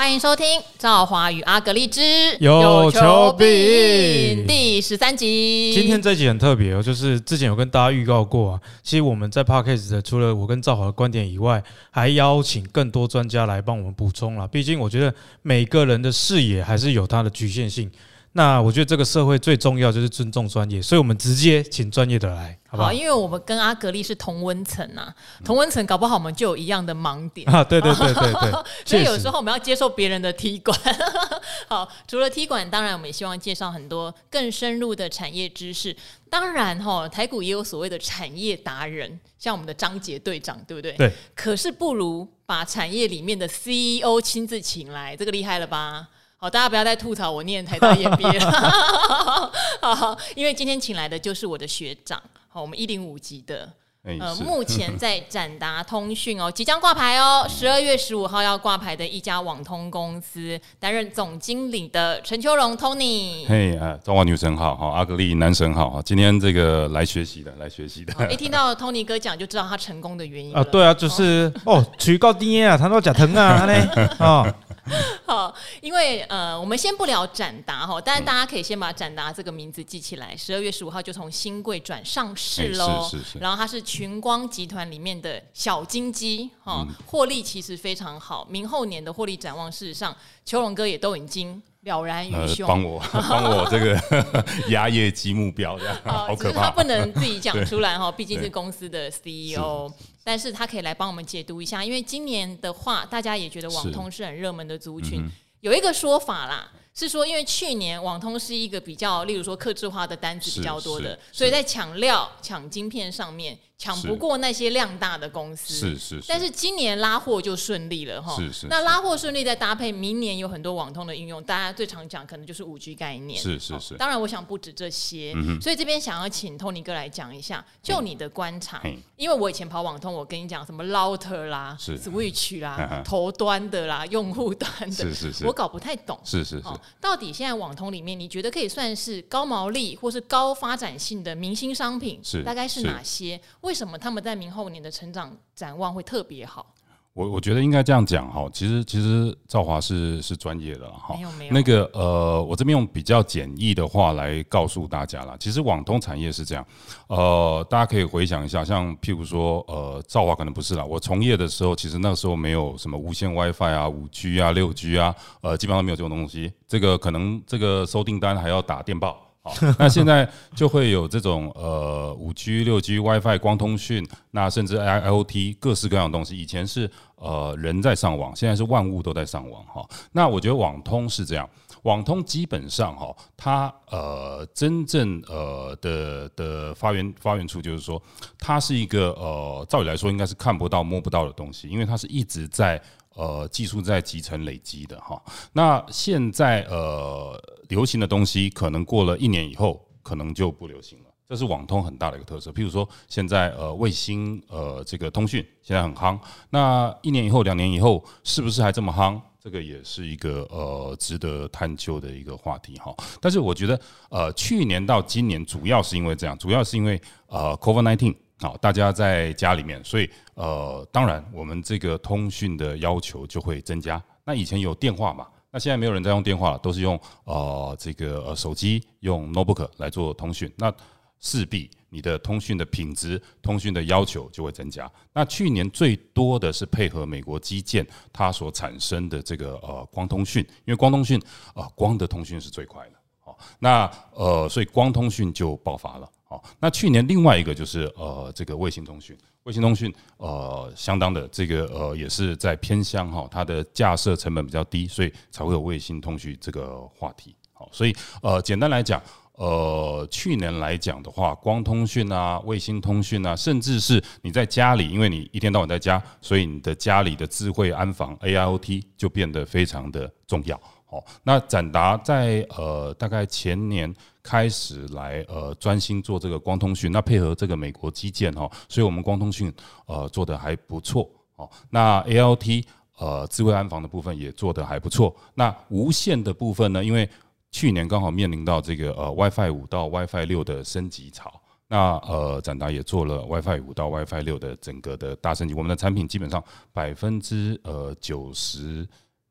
欢迎收听赵华与阿格丽之有求必应第13集。 今天这集很特别哦，就是之前有跟大家预告过啊。其实我们在 Podcast 的除了我跟赵华的观点以外，还邀请更多专家来帮我们补充啦。毕竟我觉得每个人的视野还是有它的局限性。那我觉得这个社会最重要就是尊重专业，所以我们直接请专业的来，好不好？ 因为我们跟阿格丽是同温层啊，同温层搞不好我们就有一样的盲点啊。对， 所以有时候我们要接受别人的踢馆。好，除了踢馆，当然我们也希望介绍很多更深入的产业知识。当然台股也有所谓的产业达人，像我们的张杰队长，对不对？ 对。 可是不如把产业里面的 CEO 亲自请来，这个厉害了吧？好，大家不要再吐槽我念台大 EMBA 了。好，因为今天请来的就是我的学长，好，我们105级的。目前在展达通讯即将挂牌12月15号要挂牌的一家网通公司，担任总经理的陈秋荣 Tony。 中华女神好，阿格丽男神好，今天这个来学习的。 一听到 Tony 哥讲就知道他成功的原因了。 对啊，就是取高低啊，他都讲疼啊， 好，因为我们先不聊展达但是大家可以先把展达这个名字记起来。12月15号就从新贵转上市咯，然后它是群光集团里面的小金鸡，获利其实非常好，明后年的获利展望，事实上秋荣哥也都已经了然于胸， 帮我这个压业绩目标，这样好可怕。 他不能自己讲出来毕竟是公司的 CEO，但是他可以来帮我们解读一下。因为今年的话，大家也觉得网通是很热门的族群，有一个说法啦，是说因为去年网通是一个比较，例如说客制化的单子比较多的，所以在抢料、抢晶片上面抢不过那些量大的公司。但是今年拉货就顺利了那拉货顺利，再搭配明年有很多网通的应用，大家最常讲可能就是 5G 概念。当然我想不止这些，所以这边想要请 Tony 哥来讲一下，就你的观察，因为我以前跑网通，我跟你讲什么 router 啦、switch 啦、头端的啦、用户端的，我搞不太懂。到底现在网通里面，你觉得可以算是高毛利或是高发展性的明星商品，大概是哪些？为什么他们在明后年的成长展望会特别好？ 我觉得应该这样讲哈，其实兆华是专业的哈， 没有那个我这边用比较简易的话来告诉大家啦。其实网通产业是这样，大家可以回想一下，像譬如说兆华可能不是啦，我从业的时候，其实那个时候没有什么无线 WiFi 啊、5G 啊、6G 啊，基本上没有这种东西。这个可能这个收订单还要打电报。那现在就会有这种5G、6G、WiFi 光通讯，那甚至 IoT 各式各样的东西。以前是人在上网，现在是万物都在上网那我觉得网通是这样，网通基本上它真正的发源处就是说，它是一个照理来说应该是看不到摸不到的东西，因为它是一直在技术在集成累积的那现在流行的东西，可能过了1年以后，可能就不流行了。这是网通很大的一个特色。譬如说，现在卫星这个通讯现在很夯，那1年以后、2年以后，是不是还这么夯？这个也是一个值得探究的一个话题但是我觉得去年到今年，主要是因为这样，主要是因为COVID-19。大家在家里面，所以当然我们这个通讯的要求就会增加。那以前有电话嘛，那现在没有人在用电话了，都是用这个手机用 notebook 来做通讯。那势必你的通讯的品质、通讯的要求就会增加。那去年最多的是配合美国基建它所产生的这个光通讯，因为光通讯光的通讯是最快的。那所以光通讯就爆发了。那去年另外一个就是这个卫星通讯，相当的这个也是在偏乡它的架设成本比较低，所以才会有卫星通讯这个话题。所以简单来讲，去年来讲的话，光通讯啊、卫星通讯啊，甚至是你在家里，因为你一天到晚在家，所以你的家里的智慧安防 AIoT 就变得非常的重要。那展达在大概前年开始来专心做这个光通讯，那配合这个美国基建所以我们光通讯做得还不错那 AIoT 智慧安防的部分也做得还不错。那无线的部分呢，因为去年刚好面临到这个WiFi 5到 WiFi 6的升级潮，那展达也做了 WiFi 5到 WiFi 6的整个的大升级，我们的产品基本上90%。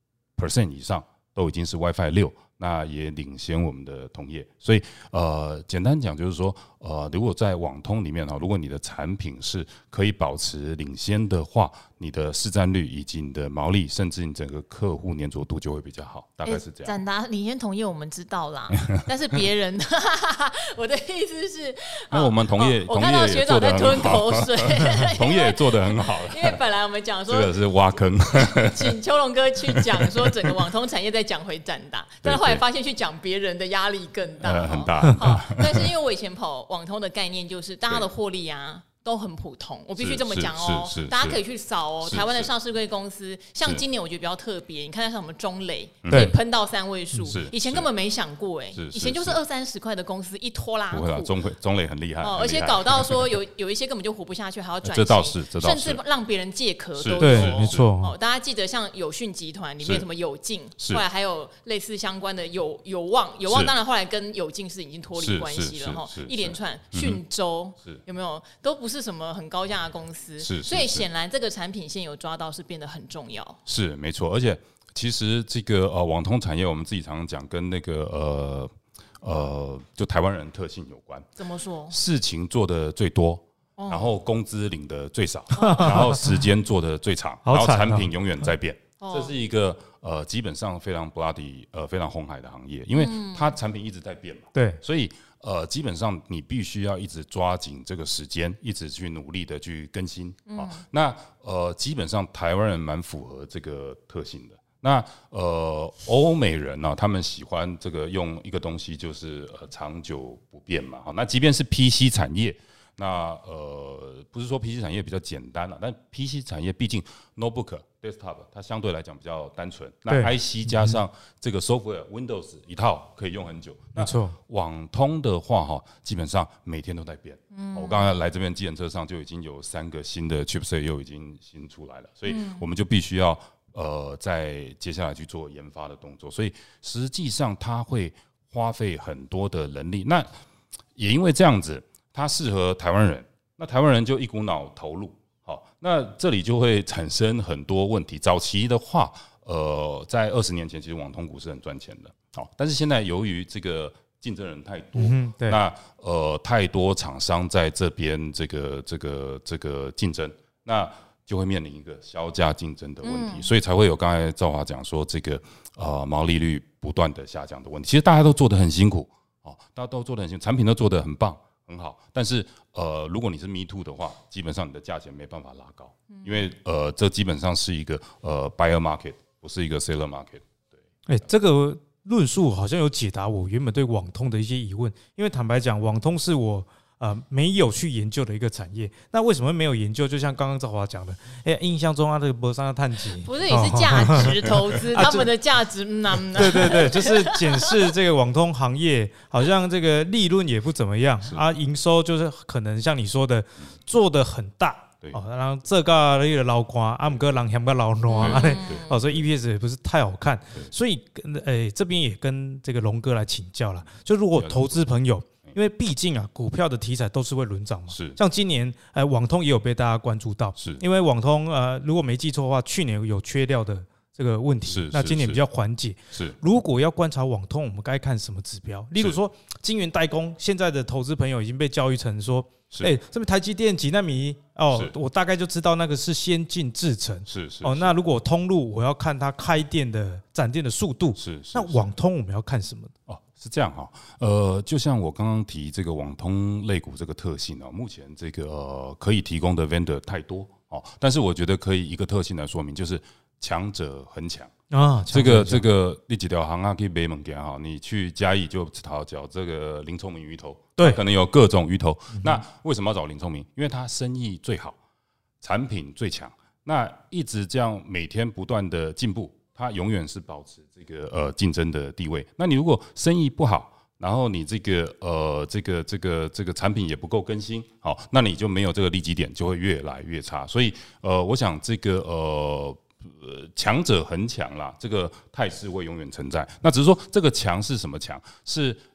50% 以上都已经是 WiFi 6，那也领先我们的同业。所以简单讲就是说，如果在网通里面如果你的产品是可以保持领先的话，你的市占率以及你的毛利，甚至你整个客户粘着度就会比较好，大概是这样。 展达领先同业我们知道啦，但是别人我的意思是， 那我们同业我看到学长在吞口水， 同业也做得很好。 因为本来我们讲说这个是挖坑， 请邱龙哥去讲说整个网通产业再讲回展达，但后来发现去讲别人的压力更大， 很大。 但是因为我以前跑网通的概念就是大家的获利啊都很普通，我必须这么讲哦，大家可以去扫哦。台湾的上市柜公司，像今年我觉得比较特别，你看像什么中磊可以喷到3位数，以前根本没想过以前就是20-30块的公司一拖拉不会啦，中磊很厉害， 而且搞到说有一些根本就活不下去，还要转型， 这倒是， 甚至让别人借壳都有。 对，没错。 大家记得像友讯集团里面什么友进，后来还有类似相关的友旺当然后来跟友进是已经脱离关系了哈，一连串讯州有没有都不是什么很高价的公司，所以显然这个产品线有抓到是变得很重要。 是没错，而且其实这个网通产业，我们自己常常讲跟那个就台湾人特性有关。 怎么说？ 事情做的最多，然后工资领的最少，然后时间做的最长，然后产品永远在变。这是一个基本上非常 bloody 非常红海的行业，因为它产品一直在变嘛， 对， 所以基本上你必须要一直抓紧这个时间，一直去努力的去更新。那基本上台湾人蛮符合这个特性的。那欧美人呢，他们喜欢这个用一个东西就是长久不变嘛。那即便是 PC 产业。那不是说 PC 产业比较简单了，但 PC 产业毕竟 notebook、desktop 它相对来讲比较单纯。那 IC 加上这个 software Windows 一套可以用很久。 没错。 网通的话基本上每天都在变。我刚才来这边计程车上就已经有3个新的 chipset 又已经新出来了，所以我们就必须要在接下来去做研发的动作。所以实际上它会花费很多的人力。那也因为这样子。它适合台湾人，那台湾人就一股脑投入，好，那这里就会产生很多问题。早期的话，在20年前，其实网通股是很赚钱的，好，但是现在由于这个竞争人太多，那太多厂商在这边这个竞争，那就会面临一个销价竞争的问题，所以才会有刚才兆华讲说这个毛利率不断的下降的问题。其实大家都做得很辛苦，大家都做得很辛苦，产品都做得很棒。很好，但是如果你是 Me Too 的话，基本上你的价钱没办法拉高，因为这基本上是一个buyer market， 不是一个 seller market。 对，这个论述好像有解答我原本对网通的一些疑问，因为坦白讲，网通是我没有去研究的一个产业。那为什么没有研究？就像刚刚兆华讲的，印象中这个博商的探级不是也是价值投资，他们的价值对，就是检视这个网通行业，好像这个利润也不怎么样营收就是可能像你说的做得很大。然后这个那个老瓜，不过人嫌个老暖，所以 EPS 也不是太好看。所以这边也跟这个龙哥来请教了，就如果投资朋友。因为毕竟股票的题材都是会轮涨嘛，像今年网通也有被大家关注到，因为网通如果没记错的话，去年有缺料的这个问题，那今年比较缓解。如果要观察网通，我们该看什么指标？例如说晶圆代工，现在的投资朋友已经被教育成说，这边台积电几奈米我大概就知道那个是先进制程。那如果通路我要看它开电的展电的速度，那网通我们要看什么？ 是这样就像我刚刚提这个网通类股这个特性目前这个可以提供的 vendor 太多但是我觉得可以一个特性来说明，就是强者恒强这个你几条行可以买物件你去嘉义就找这个林聪明鱼头，对，可能有各种鱼头。那为什么要找林聪明？因为他生意最好，产品最强，那一直这样每天不断的进步。它永远是保持这个竞争的地位。那你如果生意不好，然后你这个产品也不够更新，好，那你就没有这个利基点，就会越来越差。所以我想这个强者恒强啦，这个态势会永远存在。那只是说这个强是什么强？是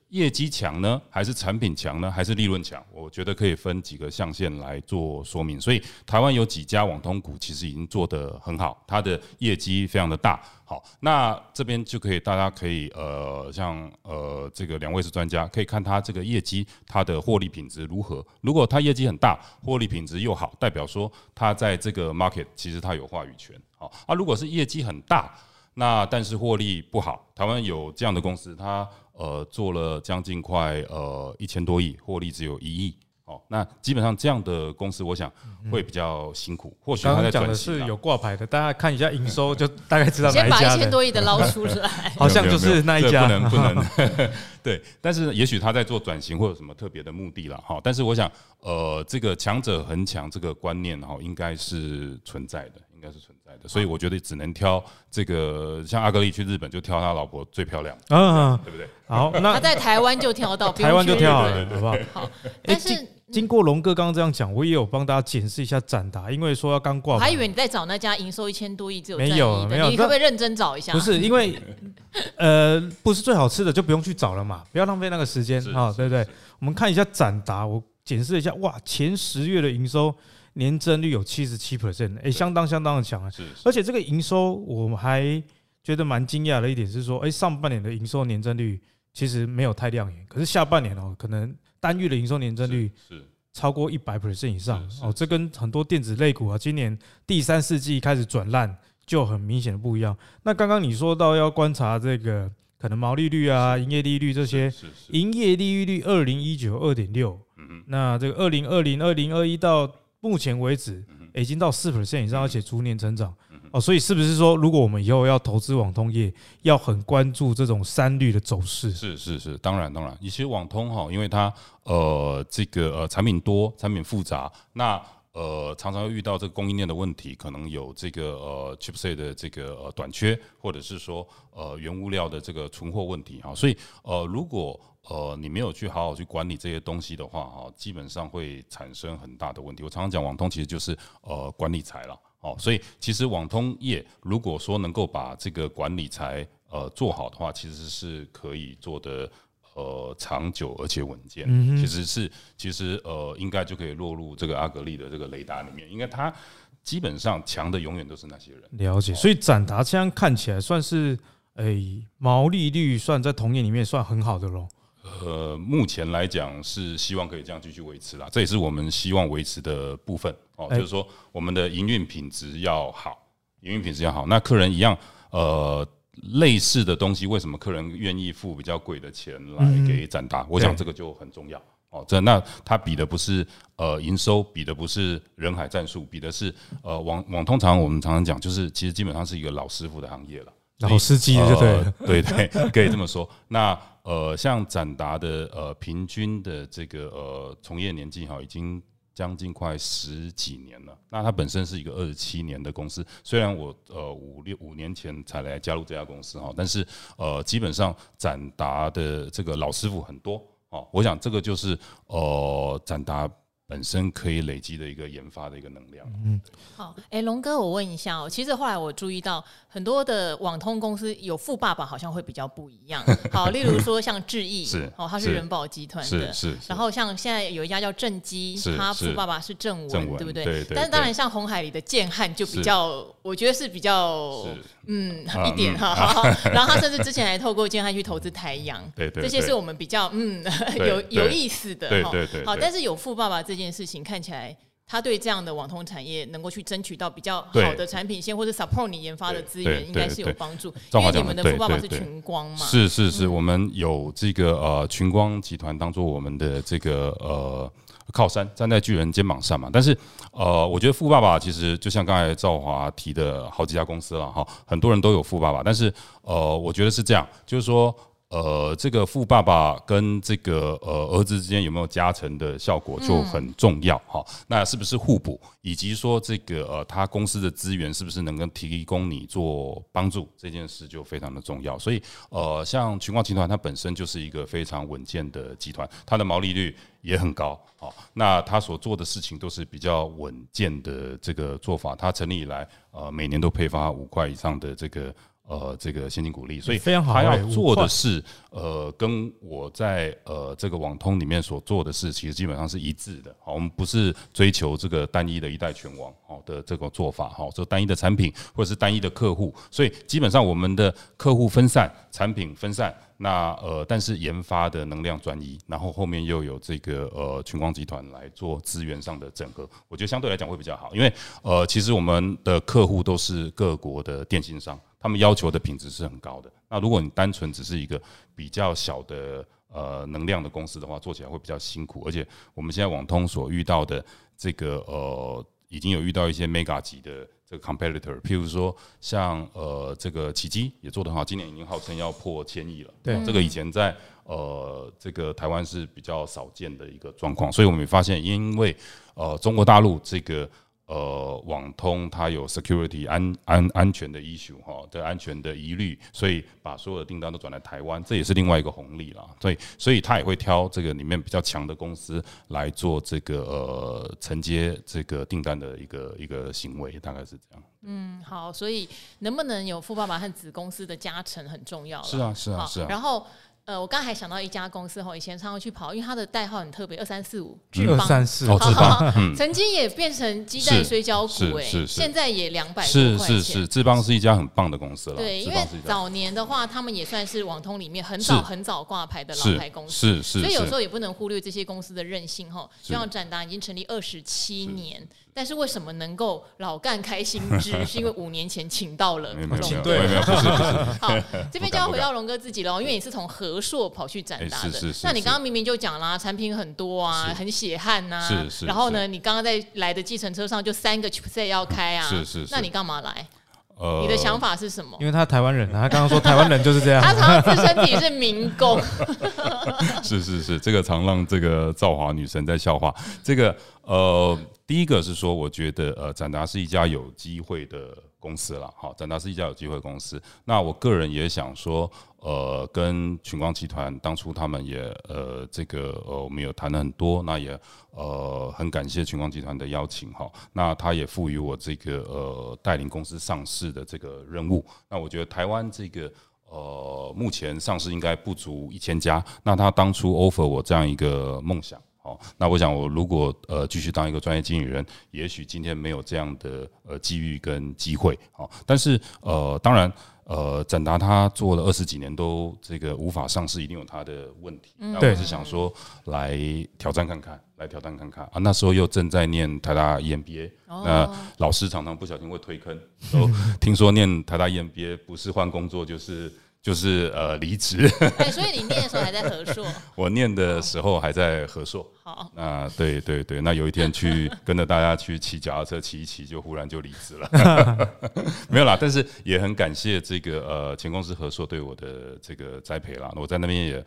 业绩强呢，还是产品强呢，还是利润强？我觉得可以分几个象限来做说明。所以台湾有几家网通股其实已经做得很好，它的业绩非常的大。好，那这边就可以，大家可以像这个2位是专家，可以看它这个业绩，它的获利品质如何。如果它业绩很大，获利品质又好，代表说它在这个 market 其实它有话语权。好，如果是业绩很大，那但是获利不好，台湾有这样的公司，它做了将近快1000多亿，获利只有1亿。那基本上这样的公司，我想会比较辛苦。或许他在转型。刚刚讲的是有挂牌的，大家看一下营收，就大概知道哪一家的。 先把1000多亿的捞出来， 好像就是那一家。 不能。对，但是也许他在做转型或有什么特别的目的啦。但是我想，这个强者恒强这个观念应该是存在的。所以我觉得只能挑这个，像阿格力去日本就挑他老婆最漂亮的，对不对？ 好，那他在台湾就挑到， 台湾就挑好了，好不好？ 好，但是经过龙哥刚刚这样讲，我也有帮大家检视一下展达，因为说要刚挂牌， 我还以为你在找那家营收1000多亿只有没有， 你可不可以认真找一下？ 不是，因为不是最好吃的就不用去找了嘛，不要浪费那个时间啊，对不对？我们看一下展达，我检视一下，哇，前10月的营收年增率有77%，相当的强啊！而且这个营收，我们还觉得蛮惊讶的一点是说，上半年的营收年增率其实没有太亮眼，可是下半年可能单月的营收年增率超过100% 以上这跟很多电子类股今年第3、4季开始转烂就很明显的不一样。那刚刚你说到要观察这个可能毛利率啊、营业利率这些，营业利率2019 2.6%，那这个2020、2021到目前为止已经到4% 以上，而且逐年成长所以是不是说，如果我们以后要投资网通业，要很关注这种3率的走势？ 是，当然。其实网通因为它这个产品多、产品复杂，那常常会遇到这个供应链的问题，可能有这个chipset 的这个短缺，或者是说原物料的这个存货问题所以如果你没有去好好去管理这些东西的话基本上会产生很大的问题。我常常讲网通其实就是管理财了所以其实网通业如果说能够把这个管理财做好的话，其实是可以做的长久而且稳健。其实应该就可以落入这个阿格力的这个雷达里面，因为它基本上强的永远都是那些人。 了解，所以展达这样看起来算是毛利率算在同业里面算很好的咯。 目前来讲是希望可以这样继续维持啦，这也是我们希望维持的部分就是说我们的营运品质要好，那客人一样类似的东西，为什么客人愿意付比较贵的钱来给展达？我想这个就很重要那他比的不是营收，比的不是人海战术，比的是网通常我们常常讲，就是其实基本上是一个老师傅的行业了。 老司机就对了， 对，可以这么说。那像展达的平均的这个从业年纪已经将近快10几年了。那它本身是一个27年的公司，虽然我5年前才来加入这家公司但是基本上展达的这个老师傅很多我想这个就是展达本身可以累积的一个研发的一个能量。 好，龙哥，我问一下其实后来我注意到很多的网通公司有富爸爸好像会比较不一样。好，例如说像智毅他是人保集团的，然后像现在有一家叫正基，他富爸爸是正文，对不对？ 对。 但是当然像鸿海里的建汉就比较，我觉得是比较一点然后他甚至之前还透过建汉去投资台阳， 对， 这些是我们比较有意思的。 对。 好，但是有富爸爸这件事情看起来，他对这样的网通产业能够去争取到比较好的产品线，或者 support 你研发的资源，应该是有帮助。因为你们的富爸爸是群光嘛， 是，我们有这个群光集团当做我们的这个靠山，站在巨人肩膀上嘛。但是我觉得富爸爸其实就像刚才兆华提的好几家公司了很多人都有富爸爸，但是我觉得是这样，就是说。这个富爸爸跟这个儿子之间有没有加成的效果就很重要那是不是互补，以及说这个他公司的资源是不是能够提供你做帮助，这件事就非常的重要。所以像群光集团它本身就是一个非常稳健的集团，它的毛利率也很高那他所做的事情都是比较稳健的这个做法。他成立以来每年都配发5块以上的这个这个现金股利，所以非常好他要做的是跟我在这个网通里面所做的事，其实基本上是一致的。好，我们不是追求这个单一的一代全网的这种做法，这单一的产品或者是单一的客户，所以基本上我们的客户分散，产品分散。那但是研发的能量专一，然后后面又有这个群光集团来做资源上的整合，我觉得相对来讲会比较好，因为其实我们的客户都是各国的电信商，他们要求的品质是很高的。那如果你单纯只是一个比较小的能量的公司的话，做起来会比较辛苦，而且我们现在网通所遇到的这个已经有遇到一些 mega 级的这个 competitor， 譬如说像这个奇迹也做得很好，今年已经号称要破1000亿了。对，这个以前在这个台湾是比较少见的一个状况，所以我们也发现，因为中国大陆这个网通它有 security 安全的 issue 的安全的疑虑，所以把所有的订单都转来台湾，这也是另外一个红利啦。所以他也会挑这个里面比较强的公司来做这个承接这个订单的一个行为，大概是这样。 好，所以能不能有富爸爸和子公司的加成很重要了。 是啊。 然后我刚才还想到一家公司以前常常去跑，因为它的代号很特别 ，2345， 曾经也变成鸡蛋水饺股，现在也200多块钱。 是，智邦是一家很棒的公司了。 对，因为早年的话，他们也算是网通里面很早挂牌的老牌公司，所以有时候也不能忽略这些公司的韧性就像展达已经成立27年。但是为什么能够老干开新枝？是因为5年前请到了龙哥。 对，不是。 好，这边就要回到龙哥自己了，因为你是从和硕跑去展达的。那你刚刚明明就讲啦，产品很多啊，很血汗呐。然后呢，你刚刚在来的计程车上就3个 chipset 要开啊。那你干嘛来？你的想法是什么？ 因为他台湾人他刚刚说台湾人就是这样。 他常常自称自己是民工。 是，这个常让这个兆华女神在笑话。这个第一个是说，我觉得展达是一家有机会的公司啦。好，展达是一家有机会的公司。那我个人也想说，跟群光集团当初他们也这个我们有谈了很多，那也很感谢群光集团的邀请哈。那他也赋予我这个带领公司上市的这个任务。那我觉得台湾这个目前上市应该不足1000家。那他当初 offer 我这样一个梦想。那我想，我如果继续当一个专业经理人，也许今天没有这样的机遇跟机会。但是当然展达他做了20几年都这个无法上市，一定有他的问题。那我是想说来挑战看看啊。那时候又正在念台大 EMBA，那老师常常不小心会推坑，听说念台大 EMBA 不是换工作就是离职。 所以你念的时候还在和硕？ 我念的时候还在和硕。好，那对，那有一天去跟着大家去骑脚踏车，骑一骑就忽然就离职了。没有啦，但是也很感谢这个前公司和硕对我的这个栽培啦。我在那边也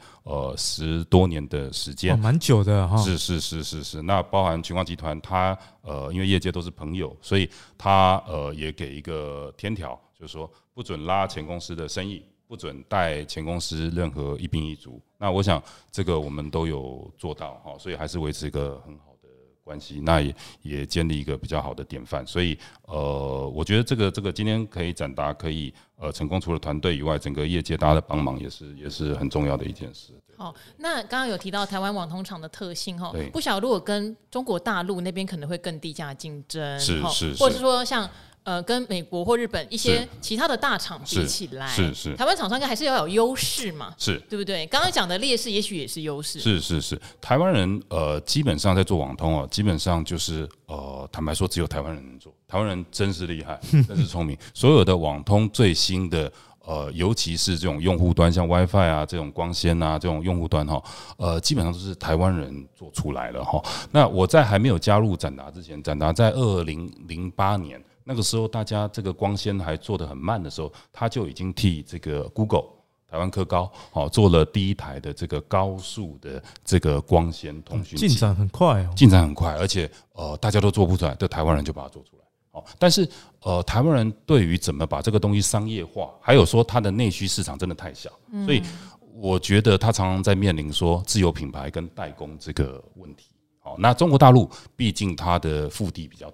10多年的时间， 蛮久的哈。 是。那包含群光集团，他因为业界都是朋友，所以他也给一个天条，就是说不准拉前公司的生意。不准带前公司任何一兵一卒，那我想这个我们都有做到，所以还是维持一个很好的关系，那也建立一个比较好的典范。所以我觉得这个今天可以展达可以成功，除了团队以外，整个业界大家的帮忙也是很重要的一件事。 好，那刚刚有提到台湾网通厂的特性不晓得如果跟中国大陆那边可能会更低价竞争， 是， 或者是说像。跟美国或日本一些其他的大厂比起来， 是台湾厂商应该还是要有优势嘛， 是对不对？刚刚讲的劣势也许也是优势， 是。台湾人基本上在做网通基本上就是坦白说，只有台湾人能做。台湾人真是厉害，真是聪明。所有的网通最新的尤其是这种用户端，像 WiFi 啊这种光纤啊这种用户端基本上都是台湾人做出来了那我在还没有加入展达之前，展达在2008年。那个时候，大家这个光纤还做得很慢的时候，他就已经替这个 Google 台湾科高做了第一台的这个高速的这个光纤通讯器， 进展很快而且大家都做不出来，这台湾人就把它做出来。但是台湾人对于怎么把这个东西商业化，还有说它的内需市场真的太小，所以我觉得他常常在面临说自有品牌跟代工这个问题。那中国大陆毕竟它的腹地比较大。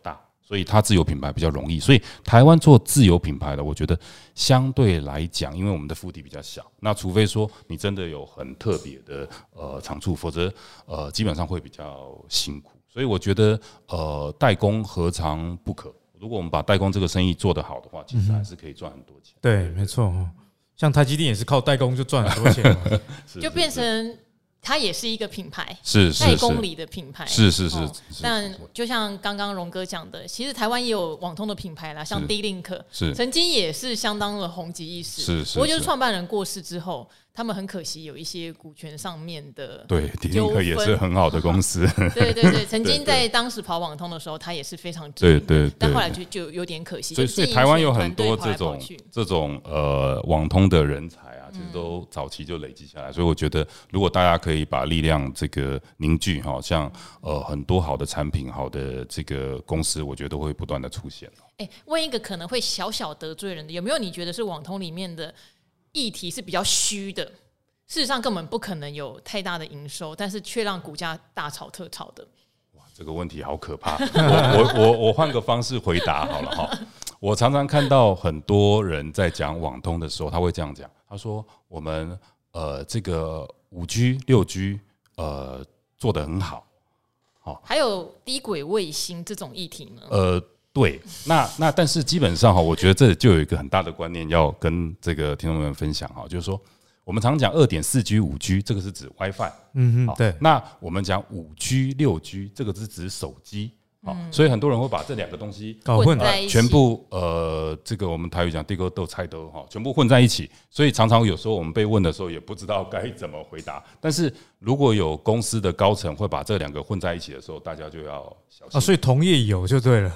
所以它自有品牌比较容易。所以台湾做自有品牌的，我觉得相对来讲，因为我们的腹地比较小，那除非说你真的有很特别的长处，否则基本上会比较辛苦。所以我觉得代工何尝不可？如果我们把代工这个生意做得好的话，其实还是可以赚很多钱。 对，没错。像台积电也是靠代工就赚很多钱嘛， 就变成它也是一个品牌， 是代工里的品牌， 是。 但就像刚刚荣哥讲的，其实台湾也有网通的品牌啦，像 D-Link， 曾经也是相当的红极一时。不过就是创办人过世之后，他们很可惜有一些股权上面的对 D-Link 也是很好的公司， 对，曾经在当时跑网通的时候，他也是非常知名的，对，但后来就有点可惜。 所以台湾有很多这种网通的人才啊，其实都早期就累积下来。所以我觉得，如果大家可以把力量这个凝聚，像很多好的产品、好的这个公司，我觉得都会不断的出现。 问一个可能会小小得罪人的，有没有你觉得是网通里面的议题是比较虚的，事实上根本不可能有太大的营收，但是却让股价大炒特炒的？ 哇，这个问题好可怕！我换个方式回答好了哈。我常常看到很多人在讲网通的时候，他会这样讲，他说我们这个5G、6G 做得很好， 还有低轨卫星这种议题呢？ 对，那但是基本上我觉得这就有一个很大的观念要跟这个听众们分享就是说，我们常讲2.4G、5G， 这个是指 WiFi， 对。 那我们讲5G、6G， 这个是指手机。所以很多人会把这两个东西搞混在一起， 全部这个我们台语讲地沟豆菜豆全部混在一起，所以常常有时候我们被问的时候也不知道该怎么回答。但是如果有公司的高层会把这两个混在一起的时候，大家就要小心。 所以同业有就对了。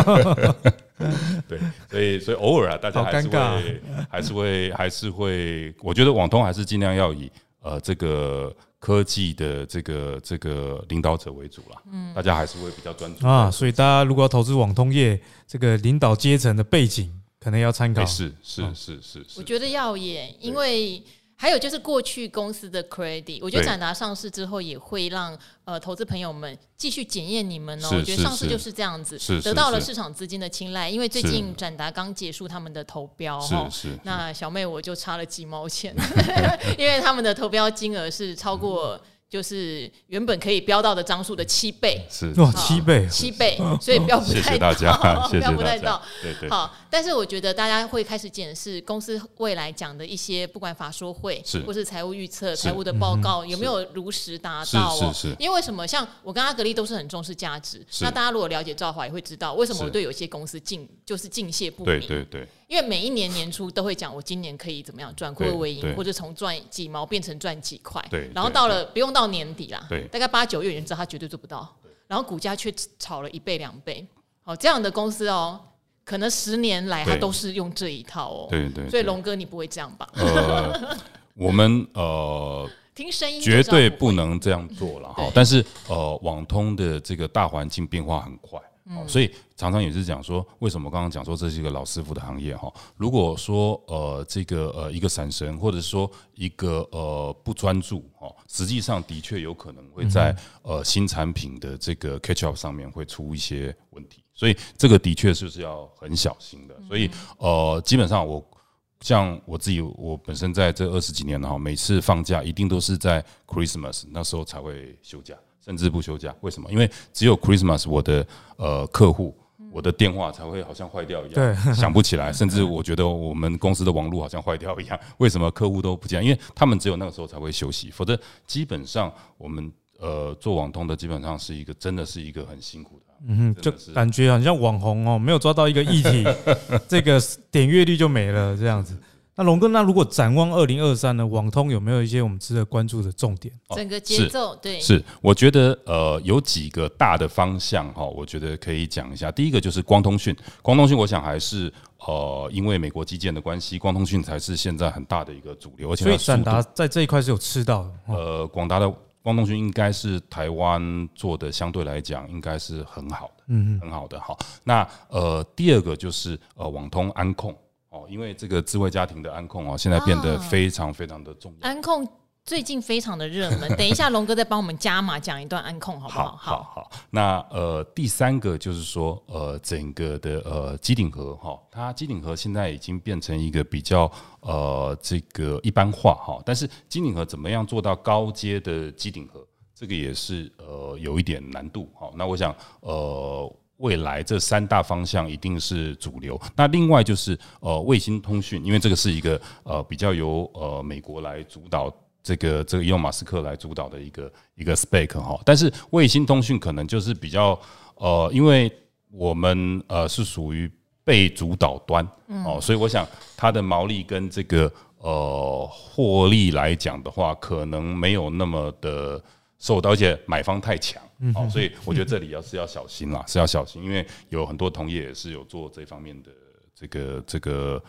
对，所以偶尔大家还是会，我觉得网通还是尽量要以这个科技的这个领导者为主啦，大家还是会比较专注所以大家如果要投资网通业，这个领导阶层的背景可能要参考。 是， 我觉得要耶，因为还有就是过去公司的 credit， 我觉得展达上市之后也会让投资朋友们继续检验你们我觉得上市就是这样子，得到了市场资金的青睐。因为最近展达刚结束他们的投标，那小妹我就差了几毛钱，因为他们的投标金额是超过就是原本可以标到的张数的7倍， 哇，7倍， 所以标不太到， 谢谢大家， 标不太到。 对， 好，但是我觉得大家会开始检视公司未来讲的一些，不管法说会或是财务预测、财务的报告有没有如实达到因为为什么像我跟阿格力都是很重视价值，那大家如果了解兆华也会知道为什么我对有些公司就是敬谢不明。 对。 因为每一年年初都会讲我今年可以怎么样赚，会为盈，或者从赚几毛变成赚几块。然后到了不用到年底啦，大概8、9月你知道他绝对做不到，然后股价却炒了1倍、2倍。这样的公司可能10年来他都是用这一套对。 所以龙哥你不会这样吧？ 我们听声音绝对不能这样做了但是网通的这个大环境变化很快。所以常常也是讲说，为什么刚刚讲说这是一个老师傅的行业如果说这个一个闪神，或者说一个不专注实际上的确有可能会在新产品的这个 catch up 上面会出一些问题，所以这个的确是要很小心的。所以基本上像我自己，我本身在这20几年每次放假一定都是在 Christmas 那时候才会休假，甚至不休假。为什么？因为只有 Christmas 我的客户，我的电话才会好像坏掉一样，想不起来，甚至我觉得我们公司的网络好像坏掉一样。为什么客户都不见？因为他们只有那个时候才会休息，否则基本上我们做网通的基本上是真的是一个很辛苦的。 就感觉好像网红没有抓到一个议题，这个点阅率就没了这样子。那龙哥，那如果展望2023呢？网通有没有一些我们值得关注的重点？ 整个节奏对， 是我觉得有几个大的方向我觉得可以讲一下。第一个就是光通讯，我想还是因为美国基建的关系，光通讯才是现在很大的一个主流，而且所以展达在这一块是有吃到的。 广达的光通讯应该是台湾做的，相对来讲应该是很好的，很好的。好，那第二个就是网通安控。因为这个智慧家庭的安控现在变得非常非常的重要。 安控最近非常的热门。等一下龙哥再帮我们加码讲一段安控好不好？ 好。那第三个就是说整个的机顶盒它机顶盒现在已经变成一个比较这个一般化但是机顶盒怎么样做到高阶的机顶盒，这个也是有一点难度那我想未来这3大方向一定是主流。那另外就是卫星通讯，因为这个是一个比较由美国来主导。这个伊隆马斯克来主导的一个 spec 但是卫星通讯可能就是比较因为我们是属于被主导端所以我想它的毛利跟这个获利来讲的话，可能没有那么的受到，而且买方太强所以我觉得这里是要小心啦，是要小心，因为有很多同业也是有做这方面的这个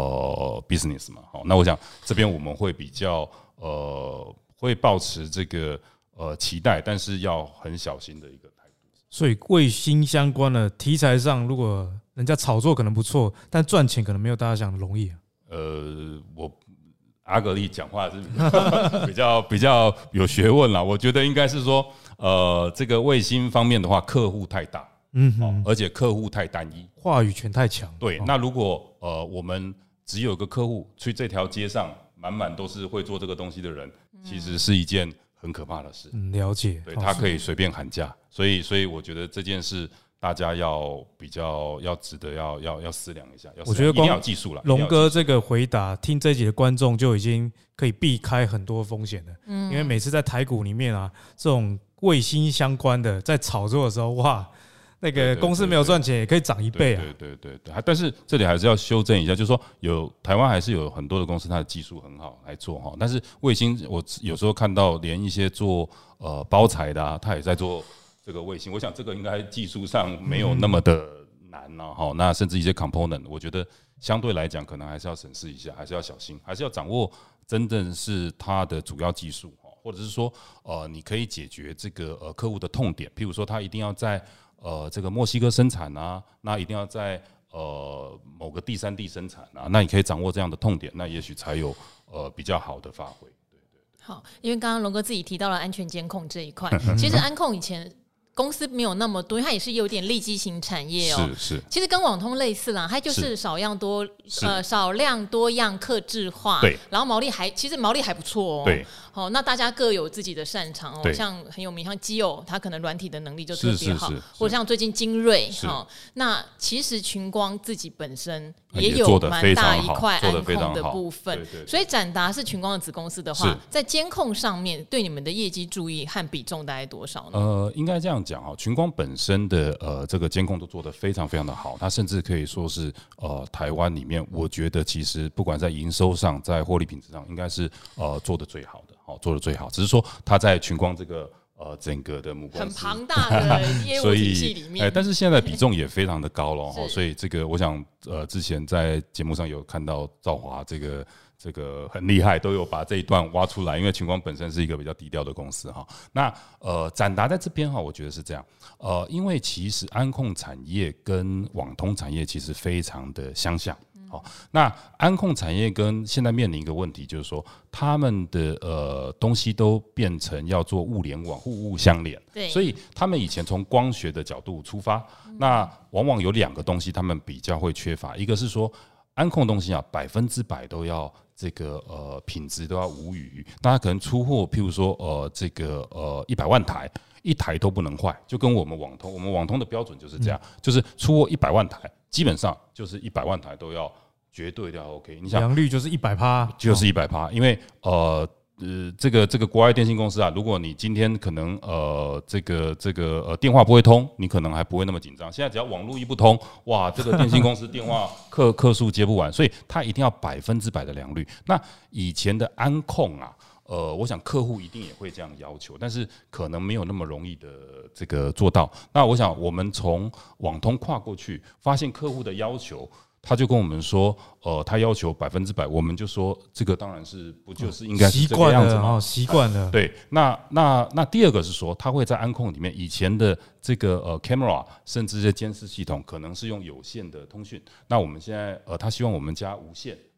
business 嘛那我想这边我们会比较会抱持这个期待，但是要很小心的一个态度。 所以卫星相关的题材上，如果人家炒作可能不错，但赚钱可能没有大家想的容易我阿格力讲话是比较有学问啦。我觉得应该是说这个卫星方面的话，客户太大，而且客户太单一， 话语权太强。 对，那如果我们只有一个客户去这条街上满满都是会做这个东西的人，其实是一件很可怕的事。 了解。 对，他可以随便喊价，所以我觉得这件事大家要比较要值得要思量一下。 我觉得一定要有技术了。 龙哥这个回答，听这一集的观众就已经可以避开很多风险了。因为每次在台股里面这种卫星相关的在炒作的时候，哇，那个公司没有赚钱也可以涨1倍啊！ 对，但是这里还是要修正一下，就是说台湾还是有很多的公司，它的技术很好来做但是卫星，我有时候看到连一些做包材的他也在做这个卫星，我想这个应该技术上没有那么的难那甚至一些 component， 我觉得相对来讲可能还是要审视一下，还是要小心，还是要掌握真正是它的主要技术或者是说你可以解决这个客户的痛点，譬如说他一定要在这个墨西哥生产那一定要在某个第3地生产那你可以掌握这样的痛点，那也许才有比较好的发挥。对。 好，因为刚刚龙哥自己提到了安全监控这一块，其实安控以前公司没有那么多，它也是有点利基型产业是， 其实跟网通类似啦，它就是少量多样客制化， 对， 然后其实毛利还不错对。 那大家各有自己的擅长像很有名，像基友，它可能软体的能力就特别好，或者像最近精锐那其实群光自己本身也有蛮大一块安控的部分，所以展达是群光的子公司的话，在监控上面对你们的业绩注意和比重大概多少呢？ 应该这样讲群光本身的这个监控都做得非常非常的好，它甚至可以说是台湾里面，我觉得其实不管在营收上，在获利品质上，应该是做得最好的。做得最好，只是说他在群光这个整个的母公司很庞大的业务体系里面， 但是现在比重也非常的高了所以这个我想之前在节目上有看到兆华这个很厉害，都有把这一段挖出来，因为群光本身是一个比较低调的公司那展达在这边我觉得是这样因为其实安控产业跟网通产业其实非常的相像。那安控产业跟现在面临一个问题，就是说他们的东西都变成要做物联网，互相连，所以他们以前从光学的角度出发，那往往有2个东西他们比较会缺乏，一个是说安控东西100%都要这个品质都要无虞，那他可能出货，譬如说这个100万台。1台都不能坏，就跟我们网通的标准就是这样，就是出货100万台，基本上就是100万台都要绝对要 OK。你想良率就是100%， 就是100%，因为这个国外电信公司如果你今天可能这个电话不会通，你可能还不会那么紧张。现在只要网络一不通，哇，这个电信公司电话客数接不完，所以它一定要100%的良率。那以前的安控我想客户一定也会这样要求，但是可能没有那么容易的这个做到。那我想我们从网通跨过去，发现客户的要求，他就跟我们说，他要求100%，我们就说这个当然是不就是应该是这个样子吗？ 习惯了。 对，那第2个是说，他会在安控里面以前的这个camera 甚至这监视系统可能是用有线的通讯，那我们现在他希望我们加无线。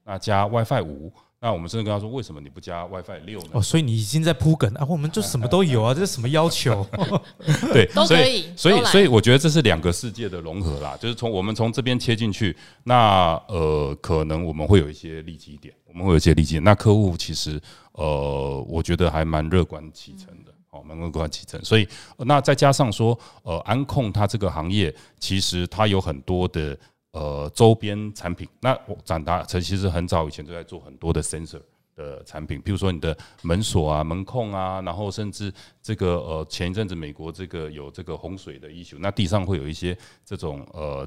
那加 WiFi 5。那我们甚至跟他说，为什么你不加 WiFi 6呢？ 所以你已经在铺梗啊，我们就什么都有啊，这是什么要求？ 对， 都可以。 所以我觉得这是2个世界的融合啦，就是我们从这边切进去，那可能我们会有一些利基点，那客户其实我觉得还蛮乐观其成的。蛮乐观其成，所以那再加上说，安控它这个行业其实它有很多的周边产品。那展达其实很早以前就在做很多的 sensor 的产品，譬如说你的门锁啊、门控啊，然后甚至这个前一阵子美国这个有这个洪水的 issue， 那地上会有一些这种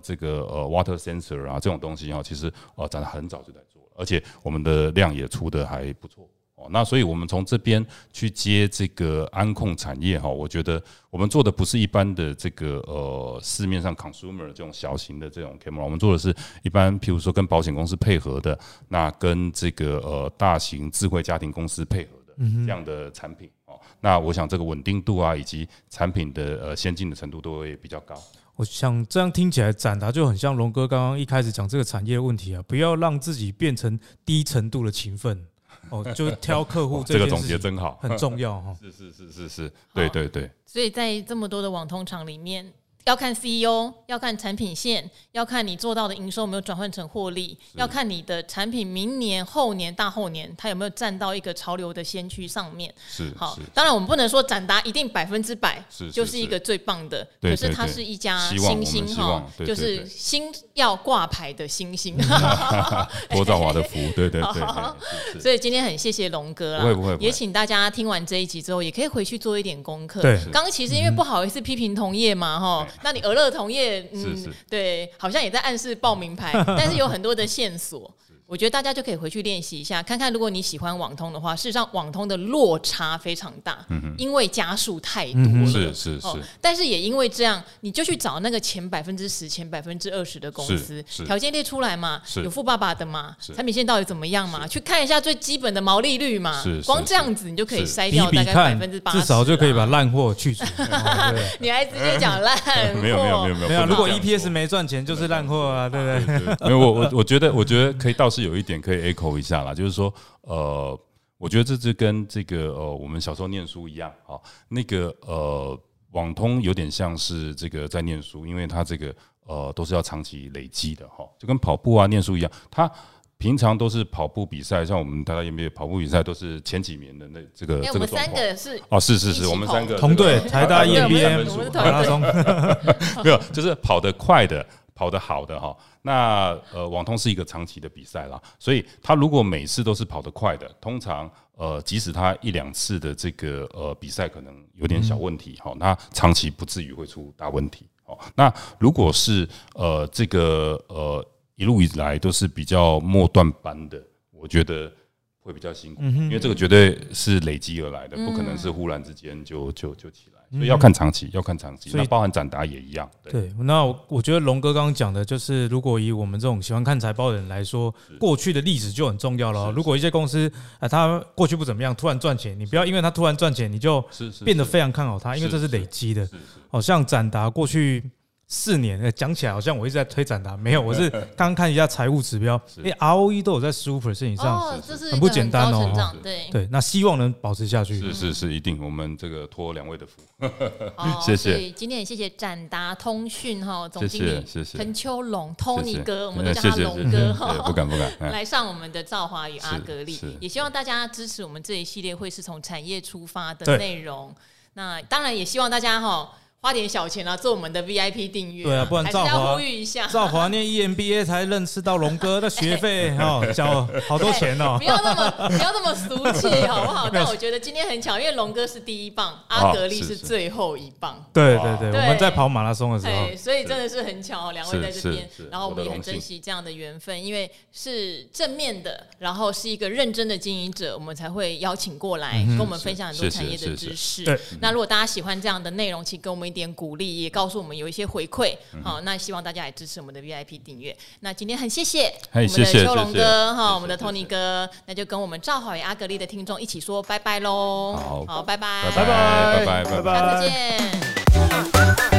water sensor 啊这种东西其实展达很早就在做了，而且我们的量也出的还不错。那所以我们从这边去接这个安控产业我觉得我们做的不是一般的这个市面上 consumer 这种小型的这种 camera， 我们做的是一般譬如说跟保险公司配合的，那跟这个大型智慧家庭公司配合的这样的产品。那我想这个稳定度啊以及产品的先进的程度都会比较高。 我想这样听起来，展达就很像龙哥刚刚一开始讲这个产业的问题啊，不要让自己变成低程度的勤奋。就挑客户这个总结真好， 很重要是，对。 所以在这么多的网通厂里面，要看 CEO， 要看产品线，要看你做到的营收有没有转换成获利，要看你的产品明年、后年、大后年它有没有站到一个潮流的先驱上面。好，当然我们不能说展达一定100%就是一个最棒的，可是它是一家新兴就是新要挂牌的新兴， 郭兆华的福，对。 所以今天很谢谢龙哥啦， 不会， 也请大家听完这一集之后，也可以回去做一点功课。刚刚其实因为不好意思批评同业嘛，那你俄勒同业，对，好像也在暗示报名牌，但是有很多的线索。我觉得大家就可以回去练习一下，看看如果你喜欢网通的话，事实上网通的落差非常大，因为家数太多了， 是。 但是也因为这样，你就去找那个前10%、前20%的公司，条件列出来嘛，有富爸爸的嘛，产品线到底怎么样嘛，去看一下最基本的毛利率嘛，光这样子你就可以筛掉大概80%， 至少就可以把烂货去除。 你还直接讲烂货？ 没有， 如果 EPS 没赚钱就是烂货啊，对不对？ 没有，我觉得可以倒是有一点可以 echo 一下啦，就是说我觉得这就跟这个我们小时候念书一样，那个网通有点像是这个在念书，因为它这个都是要长期累积的就跟跑步啊念书一样，它平常都是跑步比赛，像我们台大 EMBA 跑步比赛都是前几名的这个我们3个是是我们3个同队台大 EMBA 马拉松没有，就是跑得快的跑得好的那网通是一个长期的比赛啦，所以他如果每次都是跑得快的，通常即使他1-2次的这个比赛可能有点小问题那长期不至于会出大问题那如果是这个一路以来都是比较末段班的，我觉得会比较辛苦，因为这个绝对是累积而来的，不可能是忽然之间就起来，所以要看长期，那包含展达也一样。 对，那我觉得龙哥刚刚讲的就是，如果以我们这种喜欢看财报的人来说，过去的历史就很重要了。如果一些公司它过去不怎么样，突然赚钱，你不要因为它突然赚钱，你就变得非常看好它，因为这是累积的。像展达过去4年，讲起来好像我一直在推展达，没有，我是刚刚看一下财务指标，ROE 都有在15% 以上，很不简单哦。对，那希望能保持下去。 是一定，我们这个托2位的福，谢谢。 所以今天也谢谢展达通讯总经理陈秋龙 Tony 哥，我们都叫他龙哥不敢来上我们的兆华与阿格力，也希望大家支持我们这一系列会是从产业出发的内容。那当然也希望大家花点小钱做我们的 VIP 订阅。 对啊，不然还是要呼吁一下， 兆华念 EMBA 才认识到龙哥的学费交好多钱哦。 不要那么俗气好不好？但我觉得今天很巧，因为龙哥是第1棒，阿格力是最后1棒。 对，我们在跑马拉松的时候， 所以真的是很巧，2位在这边，然后我们也很珍惜这样的缘分，因为是正面的，然后是一个认真的经营者，我们才会邀请过来跟我们分享很多产业的知识。那如果大家喜欢这样的内容，请给我们一点鼓励，也告诉我们有一些回馈。好，那希望大家也支持我们的 VIP 订阅。那今天很谢谢我们的秋龙哥我们的 Tony 哥，那就跟我们兆华与阿格力的听众一起说拜拜喽。好，拜拜， 拜拜， 下次见。